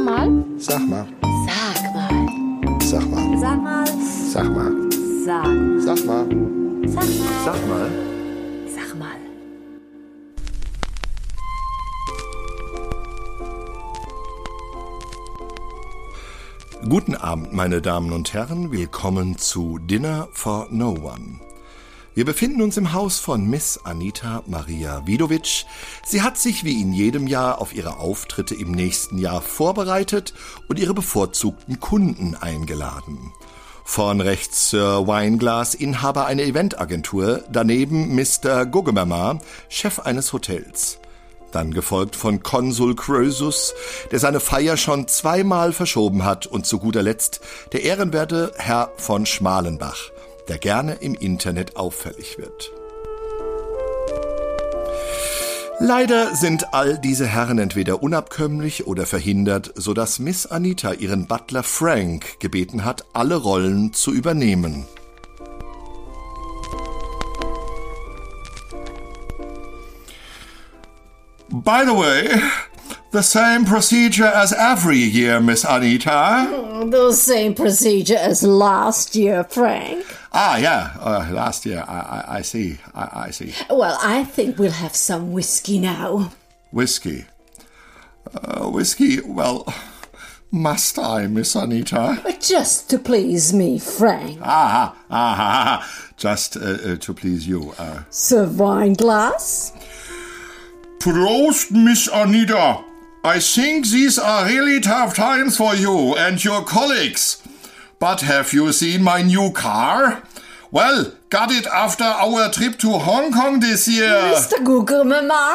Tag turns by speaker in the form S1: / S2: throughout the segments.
S1: mal.
S2: Sag mal.
S1: Sag mal.
S2: Sag mal.
S1: Sag mal.
S2: Sag mal.
S1: Sag.
S2: Sag mal.
S1: Sag mal.
S2: Sag mal.
S1: Sag mal.
S2: Guten Abend, meine Damen und Herren. Willkommen zu Dinner for No One. Wir befinden uns im Haus von Miss Anita Maria Vidovic. Sie hat sich wie in jedem Jahr auf ihre Auftritte im nächsten Jahr vorbereitet und ihre bevorzugten Kunden eingeladen. Vorn rechts Sir Wineglass, Inhaber einer Eventagentur, daneben Mr. Guggemama, Chef eines Hotels. Dann gefolgt von Konsul Croesus, der seine Feier schon zweimal verschoben hat, und zu guter Letzt der ehrenwerte Herr von Schmalenbach, der gerne im Internet auffällig wird. Leider sind all diese Herren entweder unabkömmlich oder verhindert, sodass Miss Anita ihren Butler Frank gebeten hat, alle Rollen zu übernehmen. By the way, the same procedure as every year, Miss Anita.
S1: The same procedure as last year, Frank.
S2: Ah, yeah, last year, I see, I see.
S1: Well, I think we'll have some whiskey now.
S2: Whiskey. Whiskey, well, must I, Miss Anita?
S1: Just to please me, Frank.
S2: Just to please you.
S1: Sir Wineglass?
S2: Prost, Miss Anita. I think these are really tough times for you and your colleagues. But have you seen my new car? Well, got it after our trip to Hong Kong this year.
S1: Mr. Guggemama?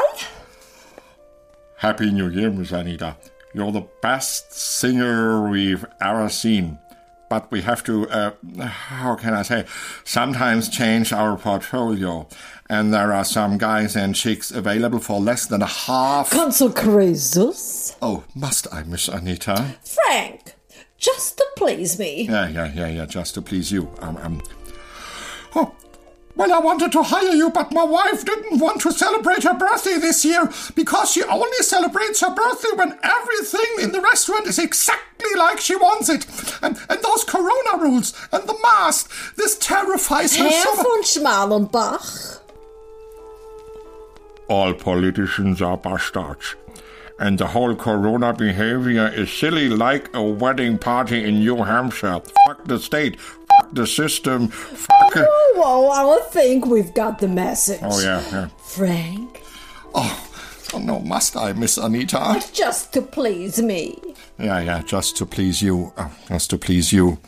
S2: Happy New Year, Miss Anita. You're the best singer we've ever seen. But we have to, how can I say, sometimes change our portfolio. And there are some guys and chicks available for less than a half.
S1: Consul Croesus?
S2: Oh, must I, Miss Anita?
S1: Frank, just to please me.
S2: Yeah, just to please you. Oh, well, I wanted to hire you, but my wife didn't want to celebrate her birthday this year because she only celebrates her birthday when everything in the restaurant is exactly like she wants it. And those corona rules and the mask, this terrifies her
S1: Herr
S2: so
S1: von Schmalenbach?
S3: All politicians are bastards. And the whole corona behavior is silly like a wedding party in New Hampshire. Fuck the state. Fuck the system. Fuck...
S1: Oh, I think we've got the message.
S3: Oh, yeah.
S1: Frank?
S2: Oh no, must I, Miss Anita?
S1: Just to please me.
S2: Yeah, just to please you. Just to please you.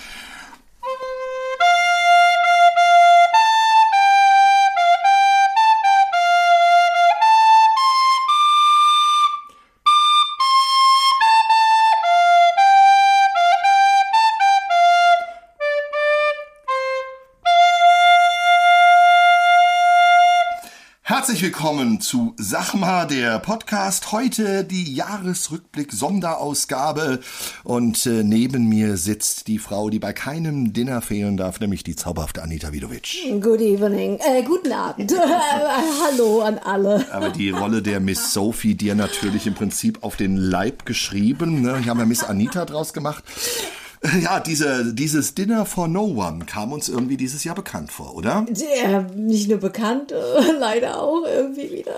S2: Herzlich willkommen zu Sag mal, der Podcast. Heute die Jahresrückblick-Sonderausgabe. Und neben mir sitzt die Frau, die bei keinem Dinner fehlen darf, nämlich die zauberhafte Anita Vidovic.
S1: Good evening. Guten Abend. Hallo an alle.
S2: Aber die Rolle der Miss Sophie dir natürlich im Prinzip auf den Leib geschrieben. Ne? Hier haben wir Miss Anita draus gemacht. Ja, dieses Dinner for No One kam uns irgendwie dieses Jahr bekannt vor, oder?
S1: Ja, nicht nur bekannt, leider auch irgendwie wieder.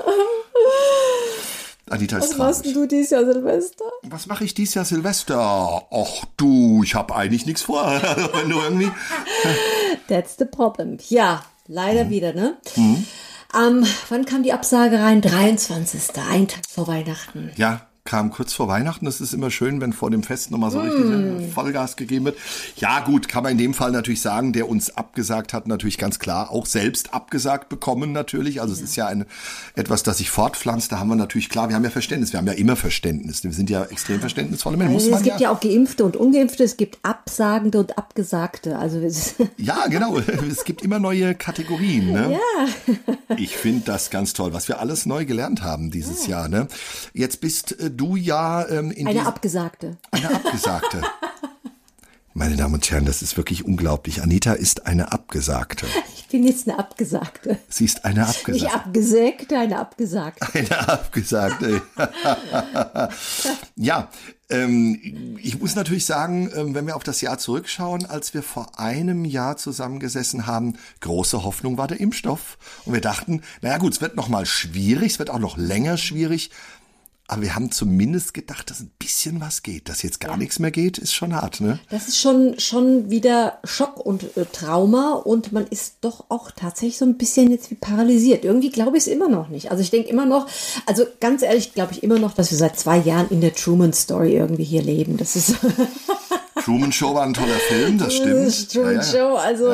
S2: Anita ist
S1: Was machst
S2: traurig.
S1: du dieses Jahr Silvester?
S2: Was mache ich dieses Jahr Silvester? Och du, ich habe eigentlich nichts vor. Wenn du irgendwie...
S1: That's the problem. Ja, leider wieder, ne? Wann kam die Absage rein? 23. Ein Tag vor Weihnachten.
S2: Ja, kam kurz vor Weihnachten. Das ist immer schön, wenn vor dem Fest nochmal so richtig Vollgas gegeben wird. Ja gut, kann man in dem Fall natürlich sagen, der uns abgesagt hat, natürlich ganz klar, auch selbst abgesagt bekommen natürlich. Also es ist ja etwas, das sich fortpflanzt. Da haben wir natürlich, klar, wir haben ja Verständnis. Wir haben ja immer Verständnis. Wir sind ja extrem verständnisvolle Menschen.
S1: Also es gibt ja auch Geimpfte und Ungeimpfte, es gibt Absagende und Abgesagte. Also
S2: ja, genau. Es gibt immer neue Kategorien. Ne?
S1: Ja.
S2: Ich finde das ganz toll, was wir alles neu gelernt haben dieses Jahr. Ne? Jetzt bist du ja
S1: Eine Abgesagte.
S2: Eine Abgesagte. Meine Damen und Herren, das ist wirklich unglaublich. Anita ist eine Abgesagte.
S1: Ich bin jetzt eine Abgesagte.
S2: Sie ist eine Abgesagte.
S1: Nicht Abgesägte, eine Abgesagte.
S2: Eine Abgesagte. Ja, Ich muss natürlich sagen, wenn wir auf das Jahr zurückschauen, als wir vor einem Jahr zusammengesessen haben, große Hoffnung war der Impfstoff. Und wir dachten, naja gut, es wird noch mal schwierig, es wird auch noch länger schwierig. Aber wir haben zumindest gedacht, dass ein bisschen was geht. Dass jetzt gar nichts mehr geht, ist schon hart, ne?
S1: Das ist schon wieder Schock und Trauma und man ist doch auch tatsächlich so ein bisschen jetzt wie paralysiert. Irgendwie glaube ich es immer noch nicht. Also ich denke immer noch, also ganz ehrlich glaube ich immer noch, dass wir seit 2 Jahren in der Truman Story irgendwie hier leben. Das ist
S2: Truman Show war ein toller Film, das stimmt.
S1: Truman Show, also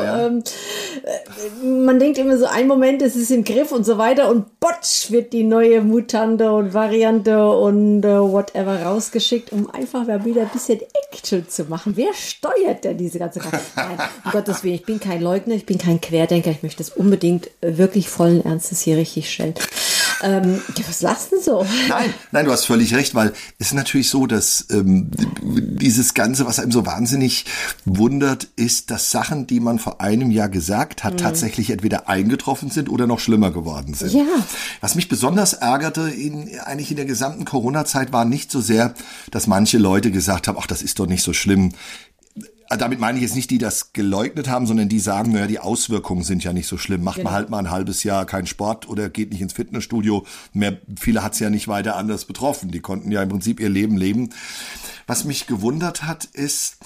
S1: man denkt immer so, ein Moment, es ist im Griff und so weiter und botsch wird die neue Mutante und Variante und whatever rausgeschickt, um einfach mal wieder ein bisschen Action zu machen. Wer steuert denn diese ganze Karte? Nein, um Gottes Willen, ich bin kein Leugner, ich bin kein Querdenker, ich möchte es unbedingt wirklich vollen Ernstes hier richtig stellen. Was lachst du so?
S2: Nein, du hast völlig recht, weil es ist natürlich so, dass dieses Ganze, was einem so wahnsinnig wundert, ist, dass Sachen, die man vor einem Jahr gesagt hat, tatsächlich entweder eingetroffen sind oder noch schlimmer geworden sind.
S1: Ja.
S2: Was mich besonders ärgerte eigentlich in der gesamten Corona-Zeit war nicht so sehr, dass manche Leute gesagt haben, ach, das ist doch nicht so schlimm. Damit meine ich jetzt nicht die, die das geleugnet haben, sondern die sagen, naja, die Auswirkungen sind ja nicht so schlimm. Macht man halt mal ein halbes Jahr keinen Sport oder geht nicht ins Fitnessstudio. Viele hat es ja nicht weiter anders betroffen. Die konnten ja im Prinzip ihr Leben leben. Was mich gewundert hat, ist,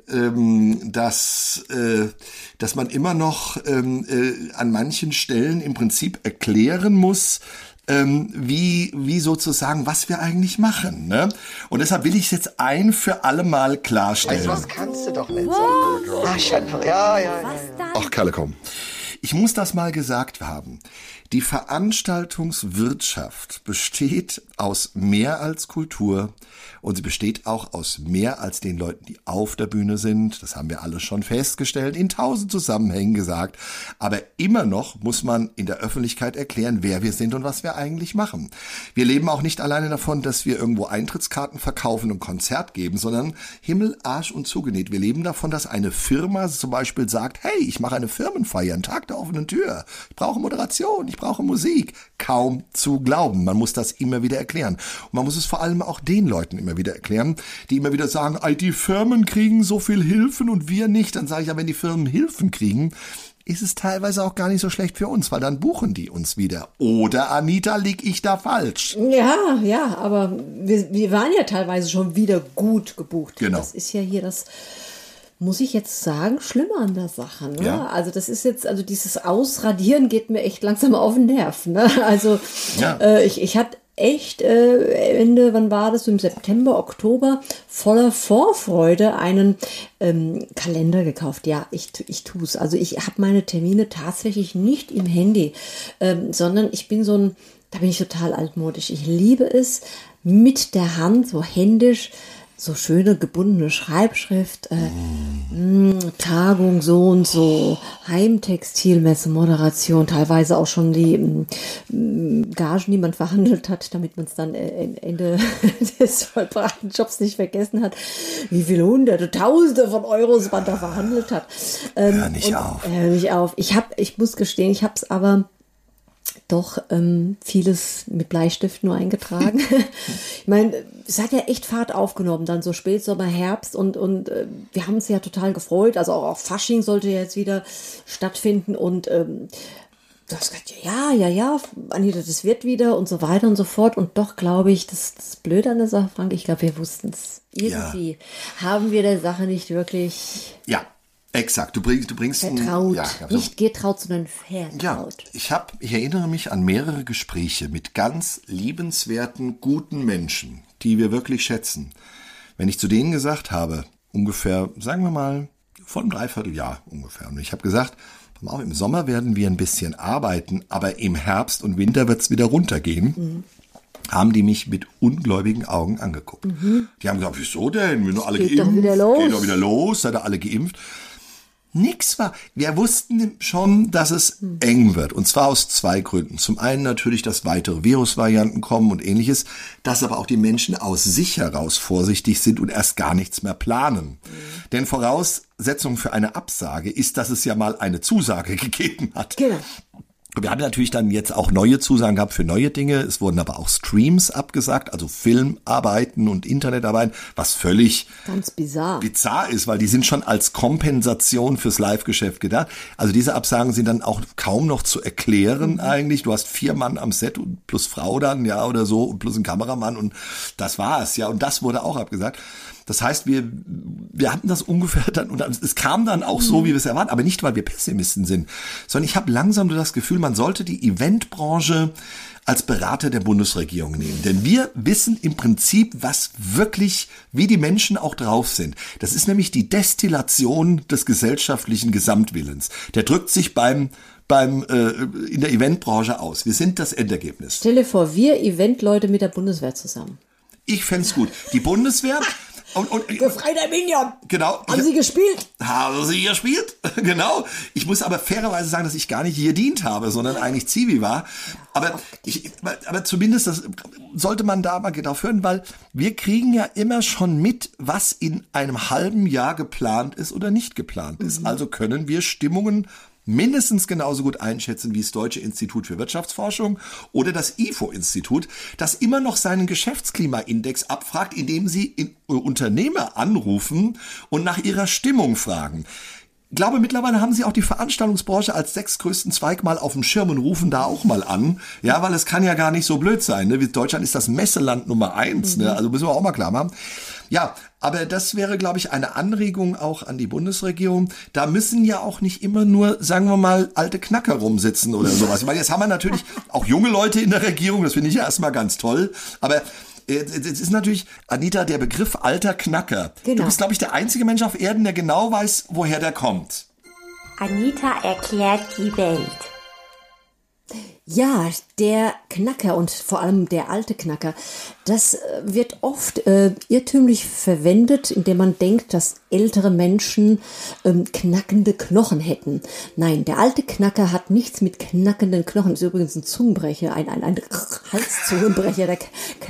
S2: dass man immer noch an manchen Stellen im Prinzip erklären muss, wie sozusagen, was wir eigentlich machen, ne? Und deshalb will ich es jetzt ein für alle Mal klarstellen.
S4: Was kannst du doch nicht sagen. Ach, ja.
S2: Ach, Kerle, komm. Ich muss das mal gesagt haben. Die Veranstaltungswirtschaft besteht aus mehr als Kultur und sie besteht auch aus mehr als den Leuten, die auf der Bühne sind. Das haben wir alle schon festgestellt, in 1000 Zusammenhängen gesagt. Aber immer noch muss man in der Öffentlichkeit erklären, wer wir sind und was wir eigentlich machen. Wir leben auch nicht alleine davon, dass wir irgendwo Eintrittskarten verkaufen und Konzert geben, sondern Himmel, Arsch und zugenäht. Wir leben davon, dass eine Firma zum Beispiel sagt, hey, ich mache eine Firmenfeier, einen Tag der offenen Tür. Ich brauche Moderation, ich brauche Musik. Kaum zu glauben. Man muss das immer wieder erklären. Und man muss es vor allem auch den Leuten immer wieder erklären, die immer wieder sagen, die Firmen kriegen so viel Hilfen und wir nicht. Dann sage ich ja, wenn die Firmen Hilfen kriegen, ist es teilweise auch gar nicht so schlecht für uns, weil dann buchen die uns wieder. Oder, Anita, lieg ich da falsch?
S1: Ja, aber wir waren ja teilweise schon wieder gut gebucht.
S2: Genau.
S1: Das ist ja hier das, muss ich jetzt sagen, schlimmer an der Sache. Ne?
S2: Ja.
S1: Also das ist jetzt, also dieses Ausradieren geht mir echt langsam auf den Nerv. Ne? Also ich hatte echt Ende, wann war das? So im September, Oktober, voller Vorfreude einen Kalender gekauft. Ja, ich tue es. Also ich habe meine Termine tatsächlich nicht im Handy, sondern ich bin da bin ich total altmodisch. Ich liebe es, mit der Hand, so händisch, so schöne gebundene Schreibschrift, Tagung so und so, Heimtextilmesse, Moderation, teilweise auch schon die Gagen, die man verhandelt hat, damit man es dann Ende des vollbrachten Jobs nicht vergessen hat, wie viele Hunderte, Tausende von Euros man da verhandelt hat.
S2: Hör nicht auf.
S1: Ich muss gestehen, ich habe es aber doch vieles mit Bleistift nur eingetragen. Ich meine, es hat ja echt Fahrt aufgenommen, dann so Spätsommer, Herbst und wir haben uns ja total gefreut. Also auch Fasching sollte ja jetzt wieder stattfinden und du hast gesagt, ja, Anita, das wird wieder und so weiter und so fort. Und doch glaube ich, das Blöde an der Sache, Frank, ich glaube, wir wussten es. Irgendwie haben wir der Sache nicht wirklich...
S2: Ja. Exakt, du bringst
S1: vertraut, nicht getraut, sondern vertraut.
S2: Ja, ich erinnere mich an mehrere Gespräche mit ganz liebenswerten, guten Menschen, die wir wirklich schätzen. Wenn ich zu denen gesagt habe, ungefähr, sagen wir mal, vor einem Dreivierteljahr ungefähr, und ich habe gesagt, auch im Sommer werden wir ein bisschen arbeiten, aber im Herbst und Winter wird es wieder runtergehen. Haben die mich mit ungläubigen Augen angeguckt. Die haben gesagt, wieso denn? Wir sind alle geimpft. Geht doch wieder los, seid ihr alle geimpft. Nix war. Wir wussten schon, dass es eng wird. Und zwar aus 2 Gründen. Zum einen natürlich, dass weitere Virusvarianten kommen und ähnliches. Dass aber auch die Menschen aus sich heraus vorsichtig sind und erst gar nichts mehr planen. Denn Voraussetzung für eine Absage ist, dass es ja mal eine Zusage gegeben hat.
S1: Genau.
S2: Wir hatten natürlich dann jetzt auch neue Zusagen gehabt für neue Dinge. Es wurden aber auch Streams abgesagt, also Filmarbeiten und Internetarbeiten, was völlig
S1: ganz bizarr
S2: ist, weil die sind schon als Kompensation fürs Live-Geschäft gedacht. Also diese Absagen sind dann auch kaum noch zu erklären eigentlich. Du hast 4 Mann am Set und plus Frau dann, ja, oder so, und plus ein Kameramann und das war's, ja. Und das wurde auch abgesagt. Das heißt, wir hatten das ungefähr dann, und es kam dann auch so, wie wir es erwarten, aber nicht, weil wir Pessimisten sind, sondern ich habe langsam nur das Gefühl, man sollte die Eventbranche als Berater der Bundesregierung nehmen. Denn wir wissen im Prinzip, wie die Menschen auch drauf sind. Das ist nämlich die Destillation des gesellschaftlichen Gesamtwillens. Der drückt sich in der Eventbranche aus. Wir sind das Endergebnis.
S1: Stell dir vor, wir Eventleute mit der Bundeswehr zusammen.
S2: Ich fänd's gut. Die Bundeswehr...
S1: Gefreiter Minion.
S2: Genau.
S1: Haben Sie gespielt?
S2: Haben Sie gespielt? Genau. Ich muss aber fairerweise sagen, dass ich gar nicht gedient habe, sondern eigentlich Zivi war. Aber zumindest das sollte man da mal drauf hören, weil wir kriegen ja immer schon mit, was in einem halben Jahr geplant ist oder nicht geplant ist. Also können wir Stimmungen mindestens genauso gut einschätzen wie das Deutsche Institut für Wirtschaftsforschung oder das IFO-Institut, das immer noch seinen Geschäftsklimaindex abfragt, indem sie Unternehmer anrufen und nach ihrer Stimmung fragen. Ich glaube, mittlerweile haben sie auch die Veranstaltungsbranche als 6. größten Zweig mal auf dem Schirm und rufen da auch mal an. Ja, weil es kann ja gar nicht so blöd sein. Ne? Deutschland ist das Messeland Nummer 1. Ne? Also müssen wir auch mal klar machen. Ja, aber das wäre, glaube ich, eine Anregung auch an die Bundesregierung. Da müssen ja auch nicht immer nur, sagen wir mal, alte Knacker rumsitzen oder sowas. Ich meine, jetzt haben wir natürlich auch junge Leute in der Regierung. Das finde ich ja erstmal ganz toll. Aber es ist natürlich, Anita, der Begriff alter Knacker. Genau. Du bist, glaube ich, der einzige Mensch auf Erden, der genau weiß, woher der kommt.
S5: Anita erklärt die Welt.
S1: Ja, der Knacker und vor allem der alte Knacker, das wird oft irrtümlich verwendet, indem man denkt, dass ältere Menschen knackende Knochen hätten. Nein, der alte Knacker hat nichts mit knackenden Knochen. Das ist übrigens ein Zungenbrecher, ein Halszungenbrecher, der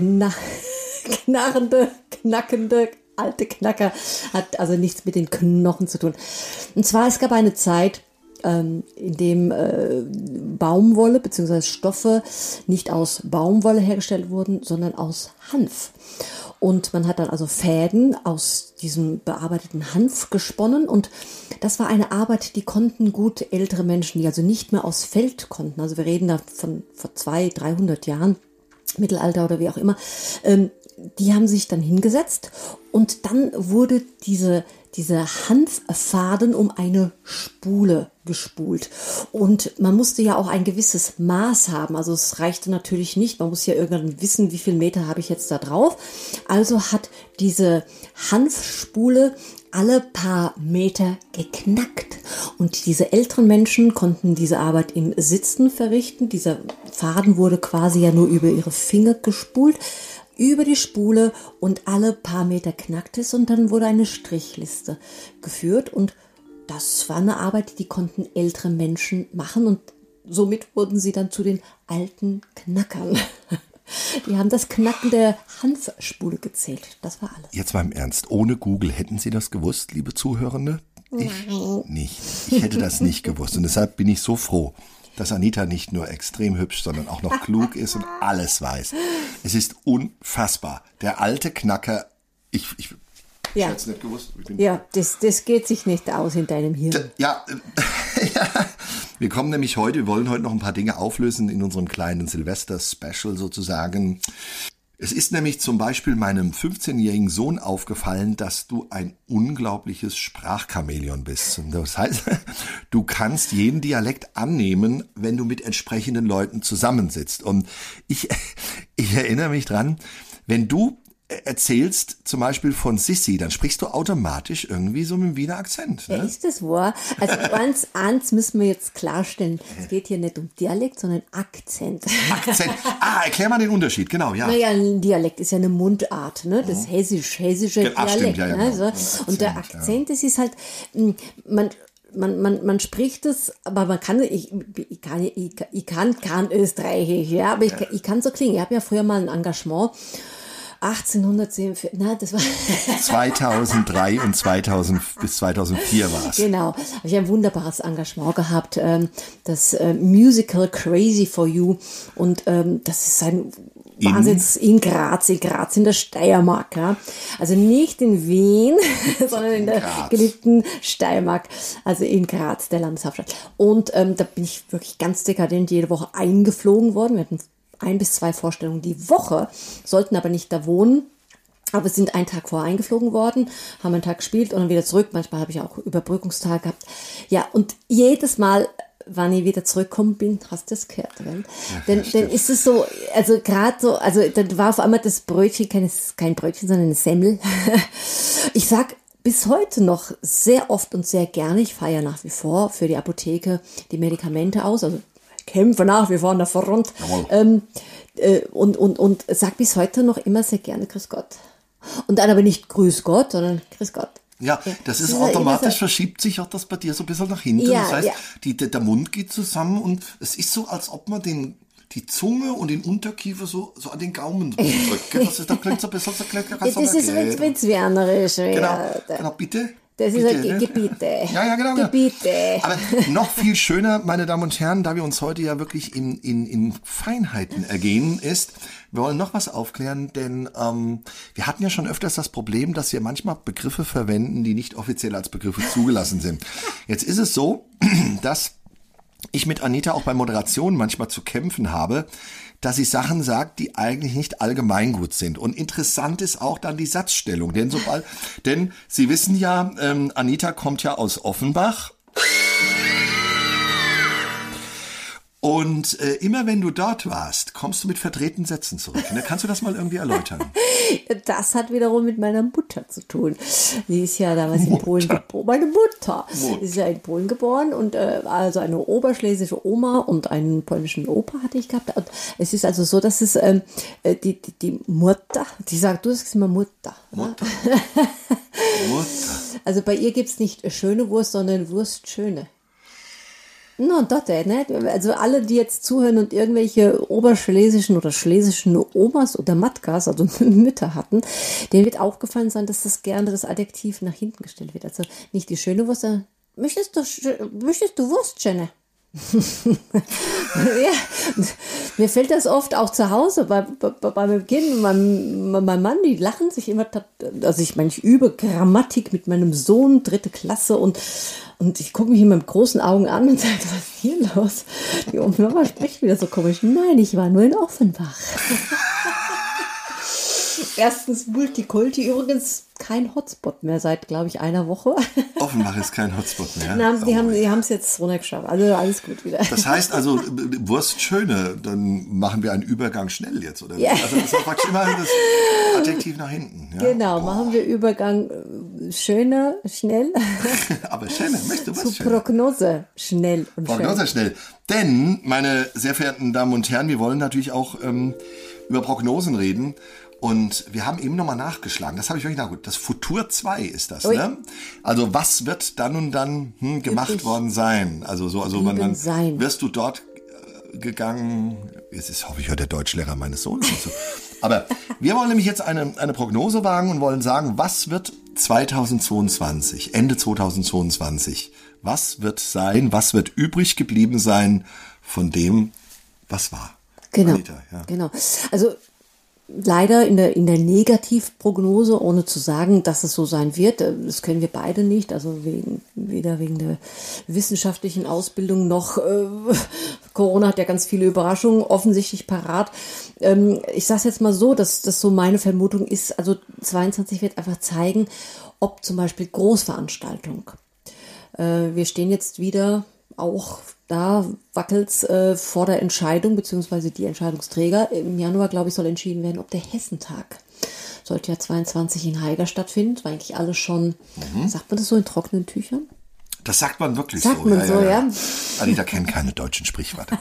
S1: knackende alte Knacker hat also nichts mit den Knochen zu tun. Und zwar, es gab eine Zeit, in dem Baumwolle bzw. Stoffe nicht aus Baumwolle hergestellt wurden, sondern aus Hanf. Und man hat dann also Fäden aus diesem bearbeiteten Hanf gesponnen und das war eine Arbeit, die konnten gut ältere Menschen, die also nicht mehr aus Feld konnten. Also wir reden da von vor 200-300 Jahren, Mittelalter oder wie auch immer. Die haben sich dann hingesetzt und dann wurde diese Hanffaden um eine Spule gespult. Und man musste ja auch ein gewisses Maß haben. Also es reichte natürlich nicht. Man muss ja irgendwann wissen, wie viel Meter habe ich jetzt da drauf. Also hat diese Hanfspule alle paar Meter geknackt. Und diese älteren Menschen konnten diese Arbeit im Sitzen verrichten. Dieser Faden wurde quasi ja nur über ihre Finger gespult, über die Spule und alle paar Meter knackt es und dann wurde eine Strichliste geführt und das war eine Arbeit, die konnten ältere Menschen machen und somit wurden sie dann zu den alten Knackern. Die haben das Knacken der Hanfspule gezählt. Das war alles.
S2: Jetzt mal im Ernst, ohne Google hätten Sie das gewusst, liebe Zuhörende? Ich nicht. Ich hätte das nicht gewusst und deshalb bin ich so froh, dass Anita nicht nur extrem hübsch, sondern auch noch klug ist und alles weiß. Es ist unfassbar. Der alte Knacker, ich
S1: ja.
S2: hätte es nicht gewusst.
S1: Das geht sich nicht aus in deinem Hirn.
S2: Ja, wir wollen heute noch ein paar Dinge auflösen in unserem kleinen Silvester-Special sozusagen. Es ist nämlich zum Beispiel meinem 15-jährigen Sohn aufgefallen, dass du ein unglaubliches Sprachchamäleon bist. Das heißt, du kannst jeden Dialekt annehmen, wenn du mit entsprechenden Leuten zusammensitzt. Und ich erinnere mich dran, wenn du erzählst zum Beispiel von Sissi, dann sprichst du automatisch irgendwie so mit dem Wiener Akzent. Ne?
S1: Ja, ist das wahr? Also ganz eins müssen wir jetzt klarstellen. Es geht hier nicht um Dialekt, sondern Akzent.
S2: Akzent. Erklär mal den Unterschied, genau, ja.
S1: Naja, ein Dialekt ist ja eine Mundart, ne? Das hessische Dialekt.
S2: Stimmt, ja,
S1: ne?
S2: Genau.
S1: So. Und der Akzent, das ist halt, man spricht es, aber man kann, ich kann Österreichisch, ja, aber ich kann so klingen. Ich habe ja früher mal ein Engagement 1847, das war
S2: 2003 und 2000 bis 2004 war es.
S1: Genau, habe ich ein wunderbares Engagement gehabt, das Musical Crazy for You, und das ist ein Wahnsinns in Graz in der Steiermark, ja. Also nicht in Wien, sondern in der geliebten Steiermark, also in Graz, der Landeshauptstadt. Und da bin ich wirklich ganz dekadent jede Woche eingeflogen worden. Wir hatten 1 bis 2 Vorstellungen die Woche, sollten aber nicht da wohnen. Aber wir sind einen Tag vorher eingeflogen worden, haben einen Tag gespielt und dann wieder zurück. Manchmal habe ich auch Überbrückungstage gehabt. Ja, und jedes Mal, wann ich wieder zurückgekommen bin, hast du das gehört, gell? Dann ist es so, also gerade so, also dann war auf einmal das Brötchen, kein Brötchen, sondern eine Semmel. Ich sag bis heute noch sehr oft und sehr gerne, ich fahre ja nach wie vor für die Apotheke die Medikamente aus, also kämpfe nach wie vor an der Front, und sag bis heute noch immer sehr gerne Grüß Gott. Und dann aber nicht Grüß Gott, sondern Grüß Gott.
S2: Ja, das ist automatisch, verschiebt sich auch das bei dir so ein bisschen nach hinten.
S1: Ja,
S2: das heißt,
S1: ja.
S2: Der Mund geht zusammen und es ist so, als ob man die Zunge und den Unterkiefer so an den Gaumen drückt. Da klingt so ein bisschen so
S1: das ist witzwernerisch.
S2: Genau, bitte.
S1: Das ist ein Gebiete.
S2: Ja, genau.
S1: Gebiete.
S2: Aber noch viel schöner, meine Damen und Herren, da wir uns heute ja wirklich in Feinheiten ergehen ist, wir wollen noch was aufklären, denn wir hatten ja schon öfters das Problem, dass wir manchmal Begriffe verwenden, die nicht offiziell als Begriffe zugelassen sind. Jetzt ist es so, dass ich mit Anita auch bei Moderation manchmal zu kämpfen habe, dass sie Sachen sagt, die eigentlich nicht allgemeingut sind. Und interessant ist auch dann die Satzstellung, denn Sie wissen ja, Anita kommt ja aus Offenbach. Und immer wenn du dort warst, kommst du mit verdrehten Sätzen zurück. Ne? Kannst du das mal irgendwie erläutern?
S1: Das hat wiederum mit meiner Mutter zu tun. Sie ist ja damals in Polen geboren. Meine Mutter ist ja in Polen geboren und also eine oberschlesische Oma und einen polnischen Opa hatte ich gehabt. Und es ist also so, dass es die Mutter, die sagt, du sagst immer Mutter.
S2: Mutter.
S1: Also bei ihr gibt's nicht schöne Wurst, sondern Wurstschöne. No, dort, ne? Also alle, die jetzt zuhören und irgendwelche oberschlesischen oder schlesischen Omas oder Matkas, also Mütter hatten, denen wird aufgefallen sein, dass das gerne das Adjektiv nach hinten gestellt wird. Also nicht die schöne Wurst, sondern möchtest du Wurstschöne? Ja, mir fällt das oft auch zu Hause bei meinem Kind und meinem Mann, die lachen sich immer, also ich übe Grammatik mit meinem Sohn, 3. Klasse und ich gucke mich immer mit großen Augen an und sage, was ist hier los? Die Mama spricht wieder so komisch. Nein, ich war nur in Offenbach. Erstens Multikulti, übrigens kein Hotspot mehr seit, glaube ich, einer Woche.
S2: Offenbach ist kein Hotspot mehr.
S1: Na, die haben es jetzt runtergeschafft. Also alles gut wieder.
S2: Das heißt also, Wurstschöne, dann machen wir einen Übergang schnell jetzt, oder?
S1: Ja.
S2: Also das ist praktisch immer das Adjektiv nach hinten. Ja?
S1: Genau, machen wir Übergang schöner, schnell.
S2: Aber schöner, möchtest du was
S1: zu
S2: schöner?
S1: Prognose, schnell und
S2: Prognose schnell. Denn, meine sehr verehrten Damen und Herren, wir wollen natürlich auch über Prognosen reden. Und wir haben eben nochmal nachgeschlagen. Das habe ich wirklich nachgeguckt. Das Futur 2 ist das, ne? Also was wird dann und dann gemacht worden sein? Also wann
S1: sein.
S2: Wirst du dort gegangen? Jetzt ist, hoffe ich, hört der Deutschlehrer meines Sohnes und so. Aber wir wollen nämlich jetzt eine Prognose wagen und wollen sagen, was wird 2022, Ende 2022? Was wird sein? Was wird übrig geblieben sein von dem, was war?
S1: Genau.
S2: Anita, ja.
S1: Genau. Also leider in der Negativprognose, ohne zu sagen, dass es so sein wird, das können wir beide nicht, also weder wegen der wissenschaftlichen Ausbildung noch Corona hat ja ganz viele Überraschungen offensichtlich parat. Ich sage es jetzt mal so, dass das so meine Vermutung ist, also 22 wird einfach zeigen, ob zum Beispiel Großveranstaltung. Wir stehen jetzt wieder auch da wackelt's vor der Entscheidung, beziehungsweise die Entscheidungsträger. Im Januar, glaube ich, soll entschieden werden, ob der Hessentag, sollte ja 22 in Haiger stattfinden, war eigentlich alles schon, sagt man das so, in trockenen Tüchern?
S2: Das sagt man wirklich
S1: sagt
S2: so.
S1: Sagt man so, ja.
S2: Anita kennt keine deutschen Sprichwörter.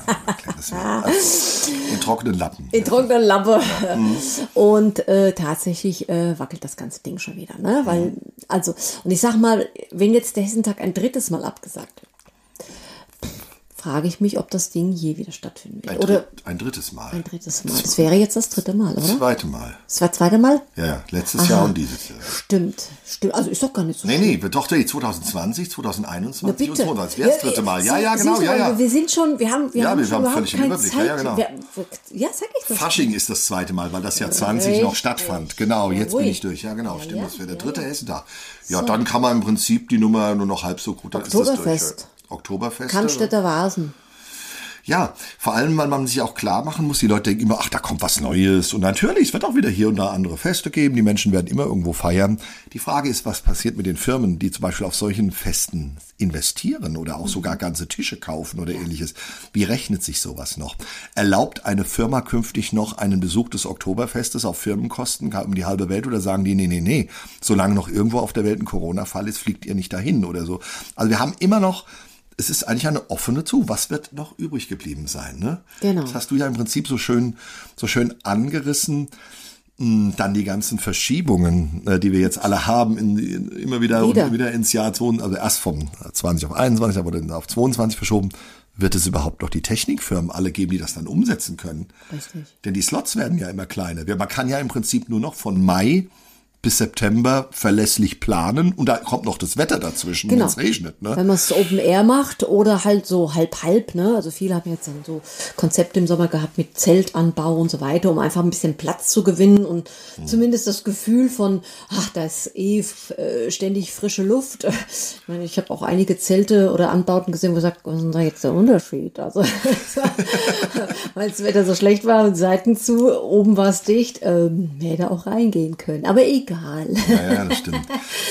S2: In trockenen Lappen.
S1: In trockenen Lappen. Und tatsächlich wackelt das ganze Ding schon wieder. Ne? Weil, also, und ich sag mal, wenn jetzt der Hessentag ein 3. Mal abgesagt wird, frage ich mich, ob das Ding je wieder stattfinden wird.
S2: Ein drittes Mal.
S1: Ein drittes Mal. Das wäre jetzt das dritte Mal, oder?
S2: Zweite Mal.
S1: Das war das zweite Mal?
S2: Ja, letztes Jahr und dieses Jahr.
S1: Stimmt. Also ist doch gar nicht so schlimm.
S2: Nee, doch 2020, 2021 und
S1: bitte.
S2: 2022. Das wäre das dritte Mal. Ja, genau, ja.
S1: Wir sind schon, wir haben
S2: wir haben
S1: überhaupt
S2: völlig
S1: keine
S2: Überblick.
S1: Zeit.
S2: Ja, genau.
S1: Ja, sag ich das.
S2: Fasching ist das zweite Mal, weil das Jahr 20 noch stattfand. Genau, jetzt bin ich durch. Ja, genau, stimmt. Das wäre der dritte Hessentag. Ja, dann kann man im Prinzip die Nummer nur noch halb so gut. Dann
S1: Oktoberfest.
S2: Ist das durch. Oktoberfest.
S1: Cannstätter Vasen.
S2: Ja, vor allem, weil man sich auch klar machen muss, die Leute denken immer, ach, da kommt was Neues. Und natürlich, es wird auch wieder hier und da andere Feste geben. Die Menschen werden immer irgendwo feiern. Die Frage ist, was passiert mit den Firmen, die zum Beispiel auf solchen Festen investieren oder auch sogar ganze Tische kaufen oder ähnliches. Wie rechnet sich sowas noch? Erlaubt eine Firma künftig noch einen Besuch des Oktoberfestes auf Firmenkosten um die halbe Welt oder sagen die, nee, solange noch irgendwo auf der Welt ein Corona-Fall ist, fliegt ihr nicht dahin oder so. Also wir haben immer noch, es ist eigentlich eine offene zu. Was wird noch übrig geblieben sein? Ne?
S1: Genau.
S2: Das hast du ja im Prinzip so schön angerissen. Dann die ganzen Verschiebungen, die wir jetzt alle haben, immer wieder ins Jahr 22, also erst vom 20 auf 21, aber dann auf 22 verschoben. Wird es überhaupt noch die Technikfirmen alle geben, die das dann umsetzen können?
S1: Richtig.
S2: Denn die Slots werden ja immer kleiner. Man kann ja im Prinzip nur noch von Mai bis September verlässlich planen und da kommt noch das Wetter dazwischen, wenn es regnet. Ne?
S1: Wenn man es Open Air macht oder halt so halb, ne? Also viele haben jetzt dann so Konzepte im Sommer gehabt mit Zeltanbau und so weiter, um einfach ein bisschen Platz zu gewinnen und zumindest das Gefühl von, ach, da ist ständig frische Luft. Ich meine, ich habe auch einige Zelte oder Anbauten gesehen, wo gesagt, was ist denn da jetzt der Unterschied? Also, weil das Wetter so schlecht war und Seiten zu, oben war es dicht, hätte auch reingehen können. Aber egal.
S2: Ja, das stimmt.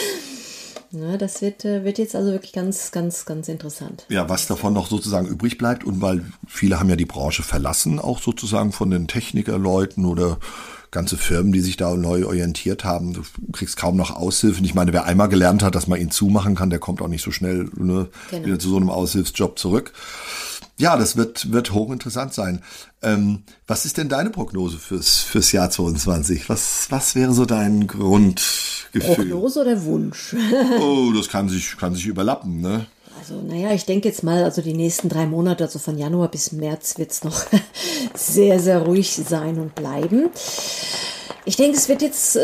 S1: Ja, das wird jetzt also wirklich ganz, ganz, ganz interessant.
S2: Ja, was davon noch sozusagen übrig bleibt und weil viele haben ja die Branche verlassen, auch sozusagen von den Technikerleuten oder ganze Firmen, die sich da neu orientiert haben. Du kriegst kaum noch Aushilfen. Ich meine, wer einmal gelernt hat, dass man ihn zumachen kann, der kommt auch nicht so schnell wieder zu so einem Aushilfsjob zurück. Ja, das wird hochinteressant sein. Was ist denn deine Prognose fürs Jahr 22? Was wäre so dein Grundgefühl?
S1: Prognose oder Wunsch?
S2: Oh, das kann sich überlappen, ne?
S1: Also, naja, ich denke jetzt mal, also die nächsten 3 Monate, also von Januar bis März wird es noch sehr, sehr ruhig sein und bleiben. Ich denke, es wird jetzt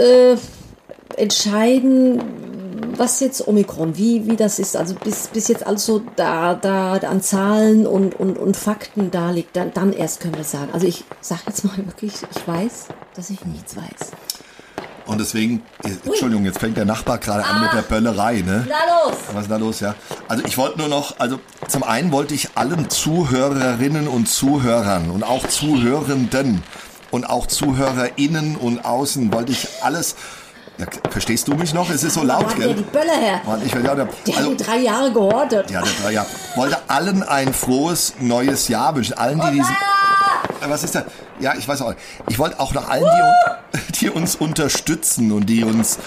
S1: entscheiden, was jetzt Omikron, wie das ist, also bis jetzt alles so da an Zahlen und Fakten da liegt, dann erst können wir sagen. Also ich sage jetzt mal wirklich, ich weiß, dass ich nichts weiß.
S2: Und deswegen, Entschuldigung, jetzt fängt der Nachbar gerade an mit der Böllerei, ne? Was ist da los, ja? Also ich wollte nur noch, zum einen wollte ich allen Zuhörerinnen und Zuhörern und auch Zuhörenden und auch ZuhörerInnen und außen wollte ich alles. Ja, verstehst du mich noch? Es ist so laut, gell?
S1: Die Böller her. Die haben 3 Jahre gehortet.
S2: Ja, der 3 Jahre. Wollte allen ein frohes neues Jahr wünschen. Allen, die diesen... Was ist das? Ja, ich weiß auch. Ich wollte auch noch allen, die uns unterstützen und die uns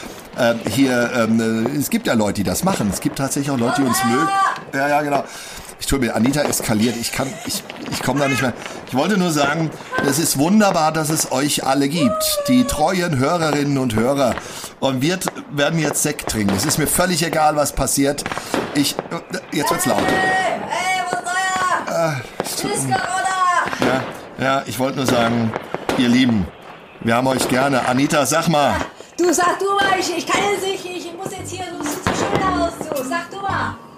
S2: es gibt ja Leute, die das machen. Es gibt tatsächlich auch Leute, die uns mögen. Ja, genau. Ich tue mir, Anita eskaliert. Ich komme da nicht mehr. Ich wollte nur sagen, es ist wunderbar, dass es euch alle gibt. Die treuen Hörerinnen und Hörer. Und wir werden jetzt Sekt trinken. Es ist mir völlig egal, was passiert. Jetzt wird's laut.
S5: Hey, was soll Tschüss, Corona!
S2: Ja, ich wollte nur sagen, ihr Lieben, wir haben euch gerne. Anita, sag mal.
S5: Sag du mal, ich kann jetzt nicht, ich muss jetzt hier, du siehst so schön aus, sag du mal.